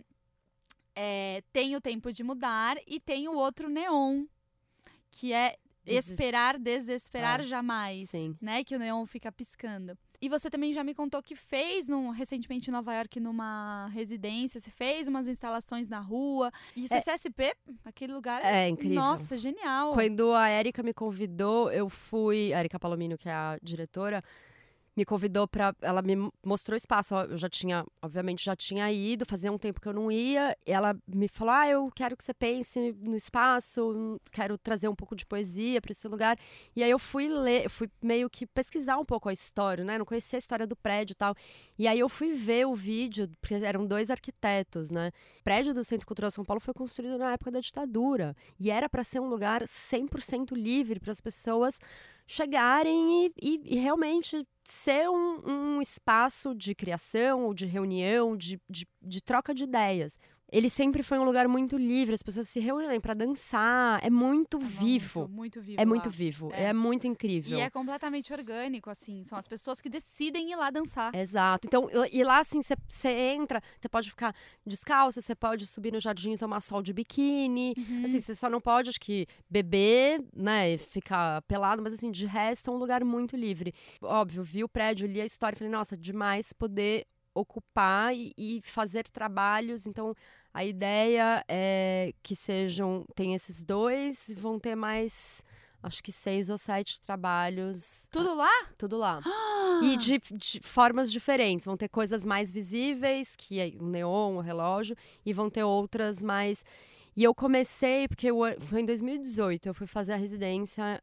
[SPEAKER 1] É, tem O Tempo de Mudar e tem o outro neon, que é
[SPEAKER 2] Deses-
[SPEAKER 1] Esperar, Desesperar
[SPEAKER 2] Ah,
[SPEAKER 1] Jamais,
[SPEAKER 2] sim.
[SPEAKER 1] né? Que o neon fica piscando. E você também já me contou que fez num, recentemente em Nova York numa residência, você fez umas instalações na rua. E C C S P, aquele lugar,
[SPEAKER 2] É incrível.
[SPEAKER 1] nossa, genial.
[SPEAKER 2] Quando a Érica me convidou, eu fui... A Érica Palomino, que é a diretora, me convidou pra... Ela me mostrou espaço. Eu já tinha, obviamente, já tinha ido. Fazia um tempo que eu não ia. E ela me falou, ah, eu quero que você pense no espaço. Quero trazer um pouco de poesia pra esse lugar. E aí eu fui ler, eu fui meio que pesquisar um pouco a história, né? Não conhecia a história do prédio e tal. E aí eu fui ver o vídeo, porque eram dois arquitetos, né? O prédio do Centro Cultural São Paulo foi construído na época da ditadura. E era pra ser um lugar cem por cento livre para as pessoas chegarem e, e, e realmente ser um, um espaço de criação, ou de reunião, de, de, de troca de ideias. Ele sempre foi um lugar muito livre, as pessoas se reúnem para dançar, é muito
[SPEAKER 1] É
[SPEAKER 2] vivo.
[SPEAKER 1] Muito, muito vivo
[SPEAKER 2] É muito
[SPEAKER 1] lá.
[SPEAKER 2] vivo,
[SPEAKER 1] É.
[SPEAKER 2] é, muito incrível.
[SPEAKER 1] E é completamente orgânico, assim. São as pessoas que decidem ir lá dançar.
[SPEAKER 2] Exato. Então, e e lá, assim, você entra, você pode ficar descalço, você pode subir no jardim e tomar sol de biquíni.
[SPEAKER 1] Uhum.
[SPEAKER 2] Assim, você só não pode, acho que, beber, né, e ficar pelado, mas, assim, de resto é um lugar muito livre. Óbvio, vi o prédio, li a história e falei, nossa, demais poder ocupar e, e fazer trabalhos. Então, a ideia é que sejam, tem esses dois, vão ter mais, acho que seis ou sete trabalhos.
[SPEAKER 1] Tudo lá?
[SPEAKER 2] Tudo lá. E de, de formas diferentes. Vão ter coisas mais visíveis, que é o neon, o relógio, e vão ter outras mais... E eu comecei, porque eu, foi em dois mil e dezoito, eu fui fazer a residência,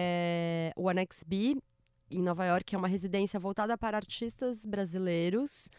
[SPEAKER 2] é, o Annex B, em Nova York, que é uma residência voltada para artistas brasileiros.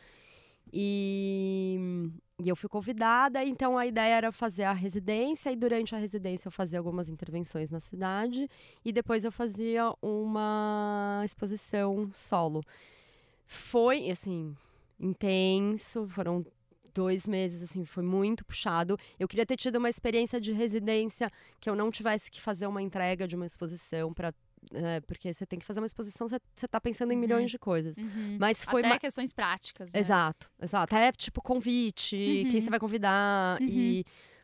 [SPEAKER 2] E, e eu fui convidada, então a ideia era fazer a residência, e durante a residência eu fazia algumas intervenções na cidade, e depois eu fazia uma exposição solo. Foi, assim, intenso, foram dois meses, assim, foi muito puxado. Eu queria ter tido uma experiência de residência que eu não tivesse que fazer uma entrega de uma exposição para... É, porque você tem que fazer uma exposição, você, você tá pensando em
[SPEAKER 1] Uhum.
[SPEAKER 2] milhões de coisas.
[SPEAKER 1] Uhum.
[SPEAKER 2] Mas foi
[SPEAKER 1] Até
[SPEAKER 2] ma-
[SPEAKER 1] questões práticas, né?
[SPEAKER 2] Exato, exato. Até tipo convite,
[SPEAKER 1] Uhum.
[SPEAKER 2] quem você vai convidar.
[SPEAKER 1] Uhum.
[SPEAKER 2] E...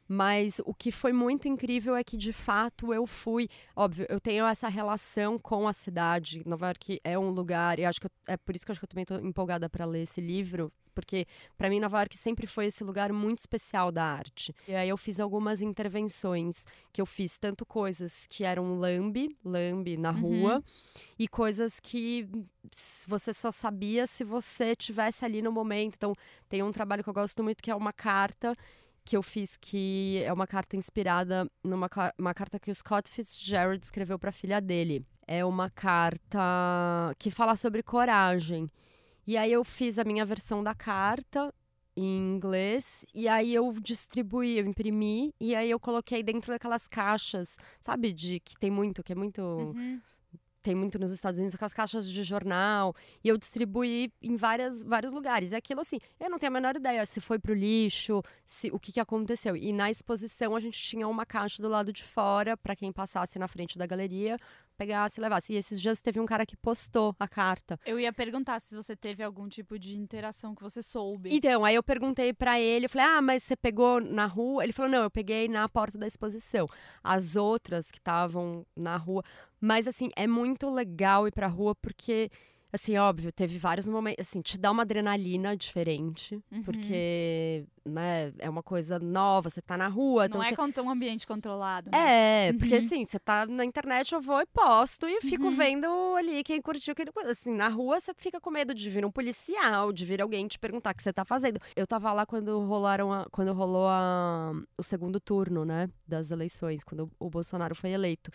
[SPEAKER 2] Mas o que foi muito incrível é que, de fato, eu fui... Óbvio, eu tenho essa relação com a cidade. Nova York é um lugar... E acho que eu, é por isso que eu acho que eu também estou empolgada para ler esse livro. Porque, para mim, Nova York sempre foi esse lugar muito especial da arte. E aí eu fiz algumas intervenções que eu fiz. Tanto coisas que eram lambe, lambe na rua. Uhum. E coisas que você só sabia se você tivesse ali no momento. Então, tem um trabalho que eu gosto muito, que é uma carta... que eu fiz, que é uma carta inspirada numa uma carta que o Scott Fitzgerald escreveu para a filha dele. É uma carta que fala sobre coragem. E aí eu fiz a minha versão da carta em inglês, e aí eu distribuí, eu imprimi, e aí eu coloquei dentro daquelas caixas, sabe, de que tem muito, que é muito... Uhum. Tem muito nos Estados Unidos, aquelas caixas de jornal, e eu distribuí em várias, vários lugares. E aquilo, assim, eu não tenho a menor ideia se foi pro lixo, se, o que, que aconteceu. E na exposição a gente tinha uma caixa do lado de fora, para quem passasse na frente da galeria, pegasse e levasse. E esses dias teve um cara que postou a carta.
[SPEAKER 1] Eu ia perguntar se você teve algum tipo de interação que você soube.
[SPEAKER 2] Então, aí eu perguntei pra ele, eu falei, ah, mas você pegou na rua? Ele falou, não, eu peguei na porta da exposição. As outras que estavam na rua... Mas, assim, é muito legal ir pra rua porque, assim, óbvio, teve vários momentos, assim, te dá uma adrenalina diferente, uhum. porque, né, é uma coisa nova, você tá na rua.
[SPEAKER 1] Não
[SPEAKER 2] então
[SPEAKER 1] é
[SPEAKER 2] você...
[SPEAKER 1] um ambiente controlado, né?
[SPEAKER 2] É,
[SPEAKER 1] uhum.
[SPEAKER 2] porque, assim, você tá na internet, eu vou e posto e fico uhum. vendo ali quem curtiu, quem não... Assim, na rua você fica com medo de vir um policial, de vir alguém te perguntar o que você tá fazendo. Eu tava lá quando rolaram, a... quando rolou a... o segundo turno, né, das eleições, quando o Bolsonaro foi eleito.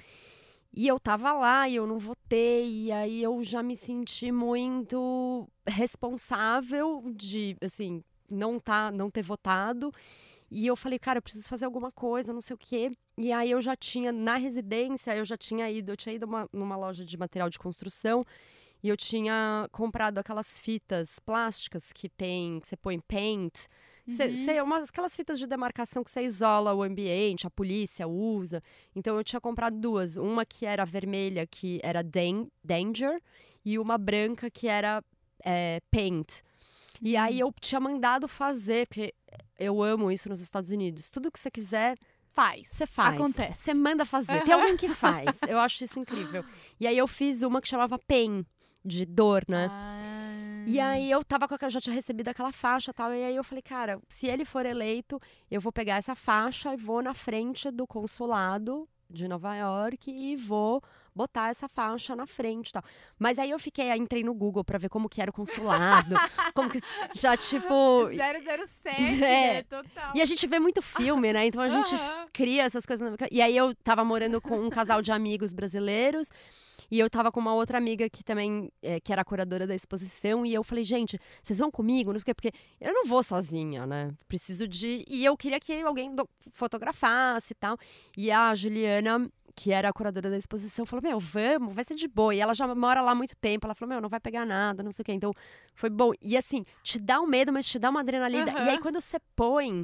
[SPEAKER 2] E eu tava lá e eu não votei, e aí eu já me senti muito responsável de, assim, não, tá, não ter votado. E eu falei, cara, eu preciso fazer alguma coisa, não sei o quê. E aí eu já tinha, na residência, eu já tinha ido, eu tinha ido uma, numa loja de material de construção, e eu tinha comprado aquelas fitas plásticas que tem, que você põe paint. Cê, uhum. cê, umas, aquelas fitas de demarcação que você isola o ambiente, a polícia usa. Então eu tinha comprado duas. Uma que era vermelha, que era dan- danger, e uma branca que era é, paint. Uhum. E aí eu tinha mandado fazer, porque eu amo isso nos Estados Unidos. Tudo que você quiser...
[SPEAKER 1] Faz.
[SPEAKER 2] Você faz.
[SPEAKER 1] Acontece.
[SPEAKER 2] Você manda fazer. Tem alguém que faz. Eu acho isso incrível. E aí eu fiz uma que chamava pain, de dor, né?
[SPEAKER 1] Ah.
[SPEAKER 2] E aí eu tava com a, já tinha recebido aquela faixa e tal, e aí eu falei, cara, se ele for eleito, eu vou pegar essa faixa e vou na frente do consulado de Nova York e vou botar essa faixa na frente e tal. Mas aí eu fiquei, aí entrei no Google pra ver como que era o consulado, como que, já tipo...
[SPEAKER 1] zero zero sete,
[SPEAKER 2] é.
[SPEAKER 1] né? Total.
[SPEAKER 2] E a gente vê muito filme, né? Então a gente uh-huh. cria essas coisas. E aí eu tava morando com um casal de amigos brasileiros, e eu tava com uma outra amiga que também, é, que era a curadora da exposição, e eu falei, gente, vocês vão comigo? Não sei o quê, porque eu não vou sozinha, né? Preciso de... E eu queria que alguém do... fotografasse e tal. E a Juliana, que era a curadora da exposição, falou, meu, vamos, vai ser de boa. E ela já mora lá há muito tempo. Ela falou, meu, não vai pegar nada, não sei o quê. Então, foi bom. E assim, te dá um medo, mas te dá uma adrenalina. Uhum. E aí, quando você põe...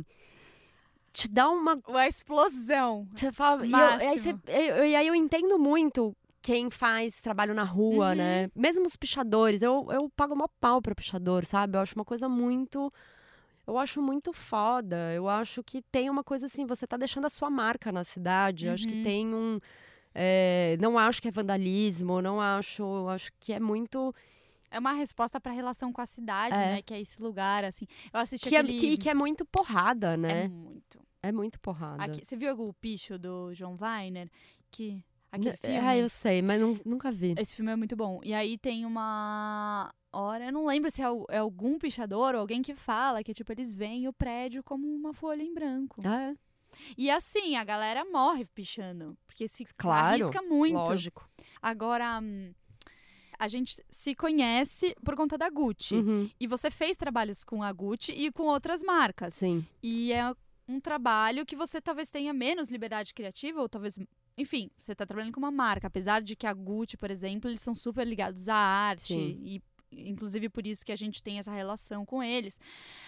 [SPEAKER 2] te dá uma...
[SPEAKER 1] Uma explosão.
[SPEAKER 2] Você fala... E, eu, e, aí você, eu, e aí eu entendo muito quem faz trabalho na rua, uhum. né? Mesmo os pichadores. Eu, eu pago uma pau pra pichador, sabe? Eu acho uma coisa muito... Eu acho muito foda. Eu acho que tem uma coisa assim, você tá deixando a sua marca na cidade. Uhum. Eu acho que tem um... É, não acho que é vandalismo, não acho... Acho que é muito...
[SPEAKER 1] É uma resposta pra relação com a cidade,
[SPEAKER 2] é.
[SPEAKER 1] né? Que é esse lugar, assim. Eu assisti
[SPEAKER 2] que
[SPEAKER 1] aquele...
[SPEAKER 2] É, que, que é muito porrada, né?
[SPEAKER 1] É muito.
[SPEAKER 2] É muito porrada.
[SPEAKER 1] Aqui, você viu o picho do João Weiner? Que... Aquele filme.
[SPEAKER 2] Ah, eu sei, mas não, nunca vi.
[SPEAKER 1] Esse filme é muito bom. E aí tem uma hora, eu não lembro se é, é algum pichador ou alguém que fala que, tipo, eles veem o prédio como uma folha em branco.
[SPEAKER 2] Ah, é?
[SPEAKER 1] E assim, a galera morre pichando. Porque se
[SPEAKER 2] claro,
[SPEAKER 1] arrisca muito.
[SPEAKER 2] Lógico.
[SPEAKER 1] Agora, a gente se conhece por conta da Gucci.
[SPEAKER 2] Uhum.
[SPEAKER 1] E você fez trabalhos com a Gucci e com outras marcas.
[SPEAKER 2] Sim.
[SPEAKER 1] E é um trabalho que você talvez tenha menos liberdade criativa, ou talvez... Enfim, você está trabalhando com uma marca, apesar de que a Gucci, por exemplo, eles são super ligados à arte,
[SPEAKER 2] Sim.
[SPEAKER 1] e inclusive por isso que a gente tem essa relação com eles.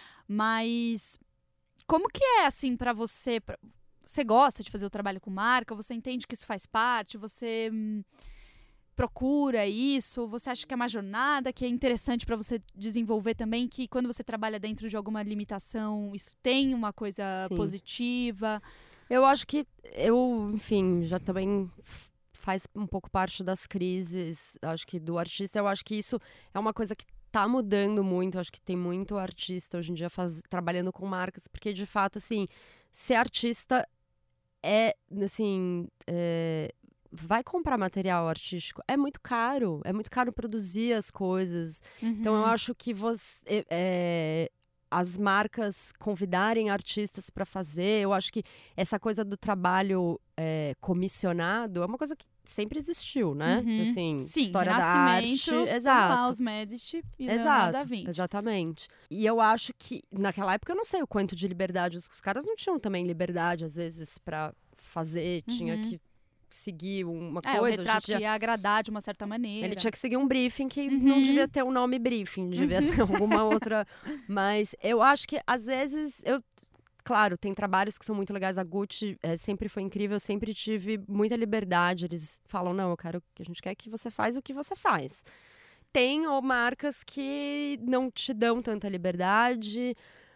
[SPEAKER 1] Mas como que é, assim, para você? Pra... Você gosta de fazer o trabalho com marca? Você entende que isso faz parte? Você hum, procura isso? Você acha que é uma jornada que é interessante para você desenvolver também, que quando você trabalha dentro de alguma limitação, isso tem uma coisa
[SPEAKER 2] Sim.
[SPEAKER 1] positiva?
[SPEAKER 2] Eu acho que eu, enfim, já também faz um pouco parte das crises, acho que do artista. Eu acho que isso é uma coisa que tá mudando muito. Eu acho que tem muito artista hoje em dia faz, trabalhando com marcas, porque de fato, assim, ser artista é, assim, é, vai comprar material artístico, é muito caro, é muito caro produzir as coisas.
[SPEAKER 1] Uhum.
[SPEAKER 2] Então eu acho que você, é, as marcas convidarem artistas para fazer, eu acho que essa coisa do trabalho é, comissionado é uma coisa que sempre existiu, né?
[SPEAKER 1] Uhum.
[SPEAKER 2] Assim,
[SPEAKER 1] Sim,
[SPEAKER 2] história da arte,
[SPEAKER 1] exato.
[SPEAKER 2] exato.
[SPEAKER 1] Os Medici e
[SPEAKER 2] Exato,
[SPEAKER 1] Leonardo da Vinci.
[SPEAKER 2] exatamente. E eu acho que naquela época eu não sei o quanto de liberdade os, os caras não tinham também liberdade às vezes para fazer, uhum. tinha que seguir uma
[SPEAKER 1] é,
[SPEAKER 2] coisa.
[SPEAKER 1] O retrato
[SPEAKER 2] dia,
[SPEAKER 1] que ia agradar de uma certa maneira.
[SPEAKER 2] Ele tinha que seguir um briefing que
[SPEAKER 1] uhum.
[SPEAKER 2] não devia ter o nome briefing, devia
[SPEAKER 1] uhum.
[SPEAKER 2] ser alguma outra. Mas eu acho que às vezes eu claro, tem trabalhos que são muito legais. A Gucci é, sempre foi incrível, eu sempre tive muita liberdade. Eles falam, não, eu quero que a gente quer que você faz o que você faz. Tem ou, marcas que não te dão tanta liberdade,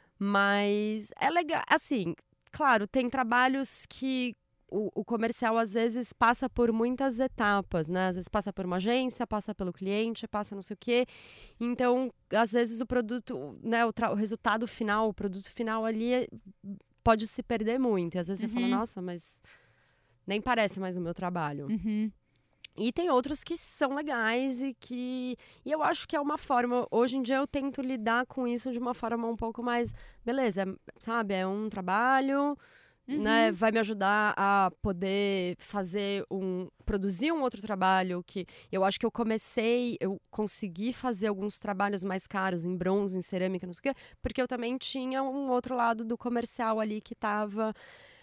[SPEAKER 2] mas é legal, assim, claro, tem trabalhos que o, o comercial às vezes passa por muitas etapas, né? Às vezes passa por uma agência, passa pelo cliente, passa não sei o quê. Então, às vezes o produto, né, o, tra- o resultado final, o produto final ali é, pode se perder muito. E às vezes
[SPEAKER 1] uhum.
[SPEAKER 2] você fala, nossa, mas nem parece mais o meu trabalho.
[SPEAKER 1] Uhum.
[SPEAKER 2] E tem outros que são legais e que... E eu acho que é uma forma... Hoje em dia eu tento lidar com isso de uma forma um pouco mais... Beleza, é, sabe? É um trabalho... Uhum. Né, vai me ajudar a poder fazer um... Produzir um outro trabalho que... Eu acho que eu comecei... Eu consegui fazer alguns trabalhos mais caros em bronze, em cerâmica, não sei o quê. Porque eu também tinha um outro lado do comercial ali que tava...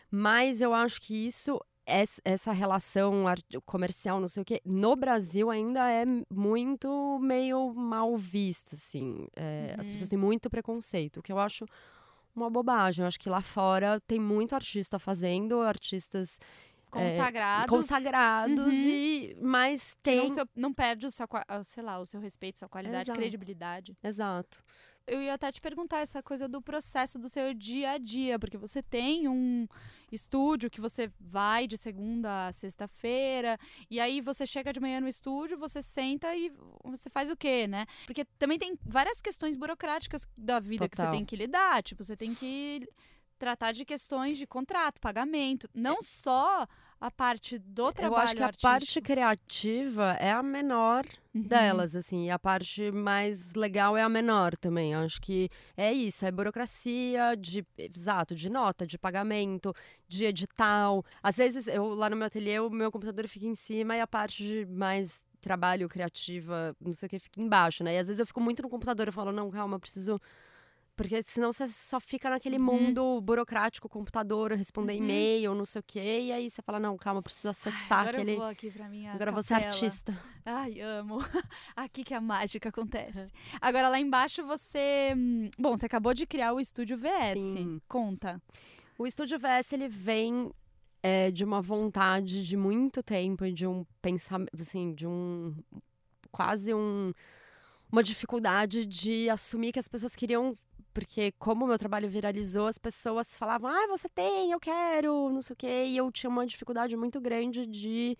[SPEAKER 2] Mas eu acho que isso... Essa relação comercial, não sei o quê, no Brasil ainda é muito meio mal vista, assim. É,
[SPEAKER 1] uhum.
[SPEAKER 2] As pessoas têm muito preconceito, o que eu acho uma bobagem. Eu acho que lá fora tem muito artista fazendo, artistas...
[SPEAKER 1] Consagrados.
[SPEAKER 2] É, consagrados,
[SPEAKER 1] uhum.
[SPEAKER 2] e, mas tem...
[SPEAKER 1] Não, seu, não perde o seu, sei lá, o seu respeito, sua qualidade,
[SPEAKER 2] Exato.
[SPEAKER 1] credibilidade.
[SPEAKER 2] Exato.
[SPEAKER 1] Eu ia até te perguntar essa coisa do processo do seu dia a dia, porque você tem um estúdio que você vai de segunda a sexta-feira, e aí você chega de manhã no estúdio, você senta e você faz o quê, né? Porque também tem várias questões burocráticas da vida Total. Que você tem que lidar, tipo, você tem que tratar de questões de contrato, pagamento, não é. Só a parte do trabalho
[SPEAKER 2] Eu acho que
[SPEAKER 1] artístico.
[SPEAKER 2] A parte criativa é a menor uhum. delas, assim, e a parte mais legal é a menor também. Eu acho que é isso, é burocracia, de, exato, de nota, de pagamento, de edital. Às vezes, eu lá no meu ateliê, o meu computador fica em cima e a parte de mais trabalho criativa, não sei o que, fica embaixo, né? E às vezes eu fico muito no computador, eu falo, não, calma, eu preciso... Porque senão você só fica naquele uhum. mundo burocrático, computador, responder uhum. e-mail, não sei o quê. E aí você fala, não, calma, eu preciso acessar
[SPEAKER 1] Ai, agora
[SPEAKER 2] aquele...
[SPEAKER 1] Eu vou aqui pra minha
[SPEAKER 2] agora
[SPEAKER 1] capela.
[SPEAKER 2] Você é artista.
[SPEAKER 1] Ai, amo. Aqui que a mágica acontece. Uhum. Agora, lá embaixo, você... Bom, você acabou de criar o Estúdio V S. Sim. Conta.
[SPEAKER 2] O Estúdio V S, ele vem é, de uma vontade de muito tempo e de um pensamento, assim, de um... Quase um... Uma dificuldade de assumir que as pessoas queriam... Porque como o meu trabalho viralizou, as pessoas falavam, ah, você tem, eu quero, não sei o quê. E eu tinha uma dificuldade muito grande de,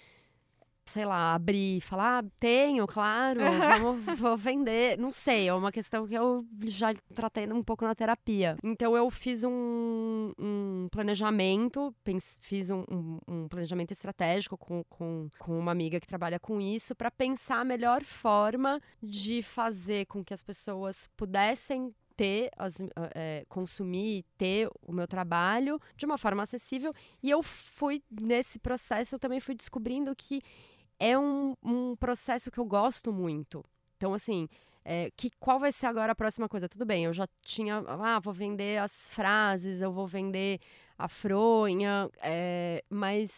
[SPEAKER 2] sei lá, abrir, falar, ah, tenho, claro, vamos, vou vender. Não sei, é uma questão que eu já tratei um pouco na terapia. Então eu fiz um, um planejamento, fiz um, um, um planejamento estratégico com, com, com uma amiga que trabalha com isso, para pensar a melhor forma de fazer com que as pessoas pudessem ter, as, é, consumir, ter o meu trabalho de uma forma acessível. E eu fui, nesse processo, eu também fui descobrindo que é um, um processo que eu gosto muito. Então, assim, é, que, qual vai ser agora a próxima coisa? Tudo bem, eu já tinha, ah, vou vender as frases, eu vou vender a fronha, é, mas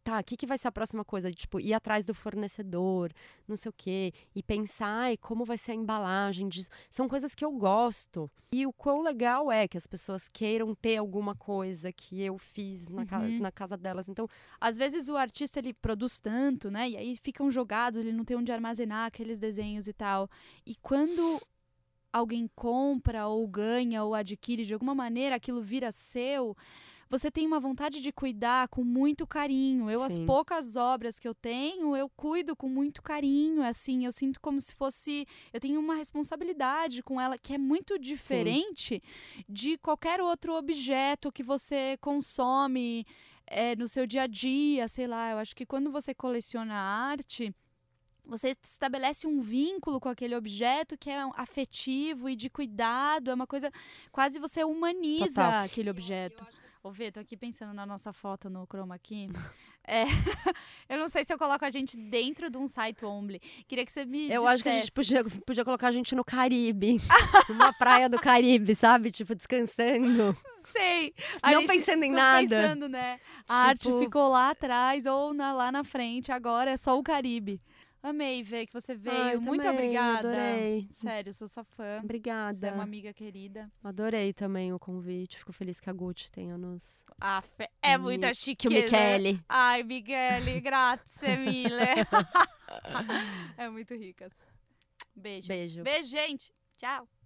[SPEAKER 2] tá, o que, que vai ser a próxima coisa? Tipo, ir atrás do fornecedor, não sei o quê. E pensar, ai, como vai ser a embalagem disso. São coisas que eu gosto. E o quão legal é que as pessoas queiram ter alguma coisa que eu fiz na, ca-
[SPEAKER 1] Uhum.
[SPEAKER 2] na casa delas. Então,
[SPEAKER 1] Às vezes o artista, ele produz tanto, né? E aí ficam jogados, ele não tem onde armazenar aqueles desenhos e tal. E quando alguém compra ou ganha ou adquire de alguma maneira, aquilo vira seu, você tem uma vontade de cuidar com muito carinho. Eu, as
[SPEAKER 2] sim.
[SPEAKER 1] poucas obras que eu tenho, eu cuido com muito carinho, assim, eu sinto como se fosse, eu tenho uma responsabilidade com ela que é muito diferente de qualquer outro objeto que você consome é, no seu dia a dia, sei lá. Eu acho que quando você coleciona arte, você estabelece um vínculo com aquele objeto que é afetivo e de cuidado, é uma coisa, quase você humaniza
[SPEAKER 2] Total.
[SPEAKER 1] aquele objeto. Ô, Vê, tô aqui pensando na nossa foto no Chroma Key. É, eu não sei se eu coloco a gente dentro de um site Ombly. Queria que você me
[SPEAKER 2] Eu
[SPEAKER 1] dissesse.
[SPEAKER 2] acho que a gente podia, podia colocar a gente no Caribe. Numa praia do Caribe, sabe? Tipo, descansando.
[SPEAKER 1] Sei. A
[SPEAKER 2] Não
[SPEAKER 1] gente-
[SPEAKER 2] pensando em
[SPEAKER 1] não
[SPEAKER 2] nada.
[SPEAKER 1] pensando, né? A arte
[SPEAKER 2] Tipo-
[SPEAKER 1] ficou lá atrás ou na- lá na frente, agora é só o Caribe. Amei ver que você veio.
[SPEAKER 2] Ai, eu
[SPEAKER 1] Muito
[SPEAKER 2] também,
[SPEAKER 1] obrigada.
[SPEAKER 2] adorei.
[SPEAKER 1] Sério, sou sua fã. Você é
[SPEAKER 2] Obrigada.
[SPEAKER 1] uma amiga querida.
[SPEAKER 2] Adorei também o convite. Fico feliz que a Gucci tenha nos...
[SPEAKER 1] Ah, fe- é
[SPEAKER 2] Mi-
[SPEAKER 1] muita
[SPEAKER 2] Que o
[SPEAKER 1] chiqueza.
[SPEAKER 2] Michele.
[SPEAKER 1] Ai, Michele, grazie mille. É muito ricas. Beijo.
[SPEAKER 2] Beijo.
[SPEAKER 1] Beijo, gente. Tchau.